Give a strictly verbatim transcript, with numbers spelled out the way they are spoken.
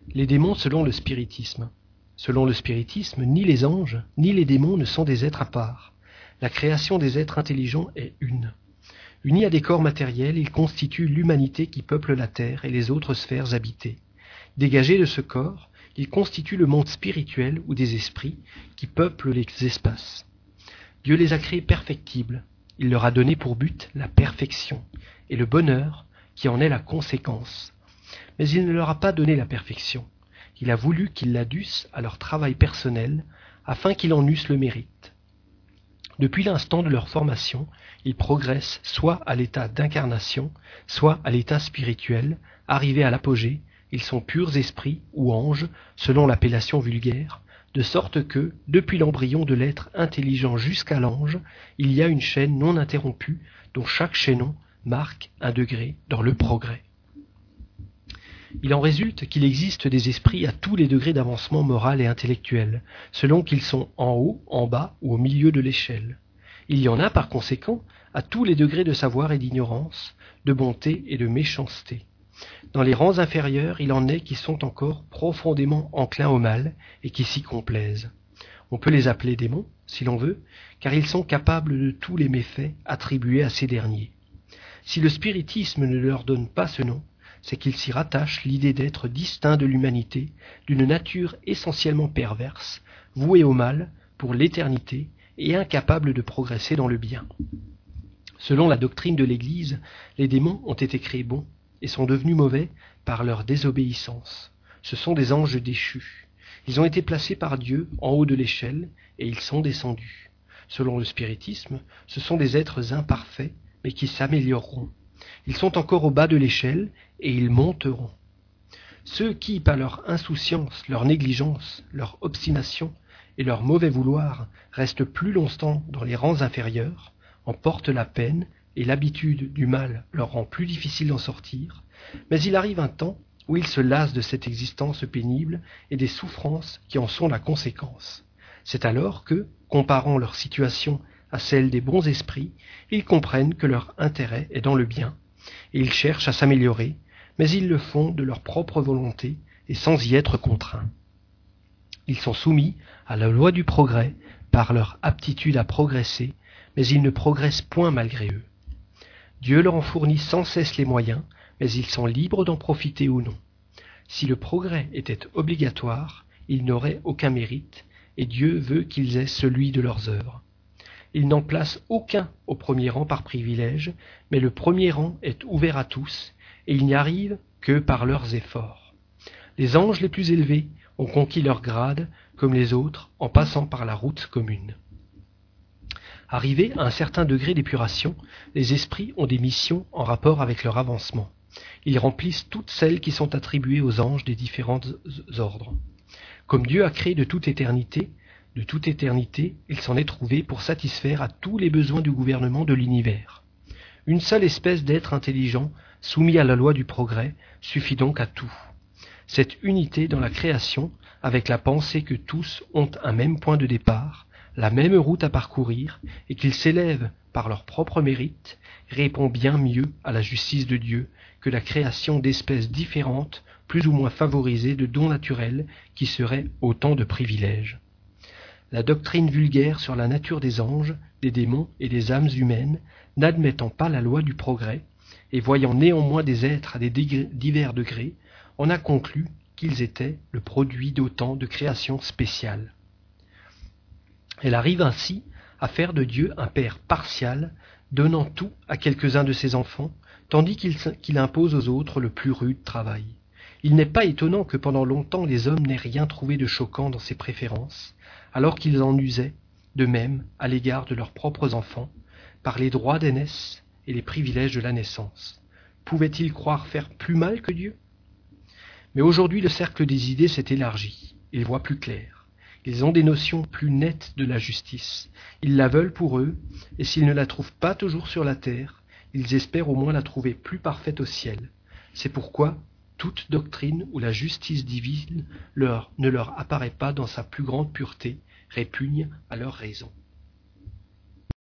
Les démons selon le spiritisme. Selon le spiritisme, ni les anges, ni les démons ne sont des êtres à part. La création des êtres intelligents est une. Unis à des corps matériels, ils constituent l'humanité qui peuple la terre et les autres sphères habitées. Dégagés de ce corps, ils constituent le monde spirituel ou des esprits qui peuplent les espaces. Dieu les a créés perfectibles. Il leur a donné pour but la perfection et le bonheur qui en est la conséquence. Mais il ne leur a pas donné la perfection. Il a voulu qu'ils la dussent à leur travail personnel afin qu'ils en eussent le mérite. Depuis l'instant de leur formation, ils progressent soit à l'état d'incarnation, soit à l'état spirituel. Arrivés à l'apogée, ils sont purs esprits ou anges, selon l'appellation vulgaire, de sorte que, depuis l'embryon de l'être intelligent jusqu'à l'ange, il y a une chaîne non interrompue dont chaque chaînon marque un degré dans le progrès. Il en résulte qu'il existe des esprits à tous les degrés d'avancement moral et intellectuel, selon qu'ils sont en haut, en bas ou au milieu de l'échelle. Il y en a par conséquent à tous les degrés de savoir et d'ignorance, de bonté et de méchanceté. Dans les rangs inférieurs, il en est qui sont encore profondément enclins au mal et qui s'y complaisent. On peut les appeler démons, si l'on veut, car ils sont capables de tous les méfaits attribués à ces derniers. Si le spiritisme ne leur donne pas ce nom, c'est qu'il s'y rattache l'idée d'être distinct de l'humanité, d'une nature essentiellement perverse, vouée au mal pour l'éternité et incapable de progresser dans le bien. Selon la doctrine de l'Église, les démons ont été créés bons et sont devenus mauvais par leur désobéissance. Ce sont des anges déchus. Ils ont été placés par Dieu en haut de l'échelle et ils sont descendus. Selon le spiritisme, ce sont des êtres imparfaits mais qui s'amélioreront. Ils sont encore au bas de l'échelle et ils monteront. Ceux qui, par leur insouciance, leur négligence, leur obstination et leur mauvais vouloir, restent plus longtemps dans les rangs inférieurs, en portent la peine et l'habitude du mal leur rend plus difficile d'en sortir, mais il arrive un temps où ils se lassent de cette existence pénible et des souffrances qui en sont la conséquence. C'est alors que, comparant leur situation à celle des bons esprits, ils comprennent que leur intérêt est dans le bien, et ils cherchent à s'améliorer, mais ils le font de leur propre volonté et sans y être contraints. Ils sont soumis à la loi du progrès par leur aptitude à progresser, mais ils ne progressent point malgré eux. Dieu leur en fournit sans cesse les moyens, mais ils sont libres d'en profiter ou non. Si le progrès était obligatoire, ils n'auraient aucun mérite, et Dieu veut qu'ils aient celui de leurs œuvres. Il n'en place aucun au premier rang par privilège, mais le premier rang est ouvert à tous, et ils n'y arrivent que par leurs efforts. Les anges les plus élevés ont conquis leur grade, comme les autres, en passant par la route commune. Arrivés à un certain degré d'épuration, les esprits ont des missions en rapport avec leur avancement. Ils remplissent toutes celles qui sont attribuées aux anges des différents ordres. Comme Dieu a créé de toute éternité, de toute éternité, il s'en est trouvé pour satisfaire à tous les besoins du gouvernement de l'univers. Une seule espèce d'être intelligent, soumis à la loi du progrès, suffit donc à tout. Cette unité dans la création, avec la pensée que tous ont un même point de départ, la même route à parcourir, et qu'ils s'élèvent par leur propre mérite, répond bien mieux à la justice de Dieu que la création d'espèces différentes, plus ou moins favorisées de dons naturels, qui seraient autant de privilèges. La doctrine vulgaire sur la nature des anges, des démons et des âmes humaines, n'admettant pas la loi du progrès, et voyant néanmoins des êtres à des degrés, divers degrés, on a conclu qu'ils étaient le produit d'autant de créations spéciales. Elle arrive ainsi à faire de Dieu un père partial, donnant tout à quelques-uns de ses enfants, tandis qu'il, qu'il impose aux autres le plus rude travail. Il n'est pas étonnant que pendant longtemps les hommes n'aient rien trouvé de choquant dans ses préférences, alors qu'ils en usaient, de même, à l'égard de leurs propres enfants, par les droits d'aînesse et les privilèges de la naissance. Pouvaient-ils croire faire plus mal que Dieu ? Mais aujourd'hui, le cercle des idées s'est élargi. Ils voient plus clair. Ils ont des notions plus nettes de la justice. Ils la veulent pour eux, et s'ils ne la trouvent pas toujours sur la terre, ils espèrent au moins la trouver plus parfaite au ciel. C'est pourquoi toute doctrine où la justice divine leur, ne leur apparaît pas dans sa plus grande pureté répugne à leur raison.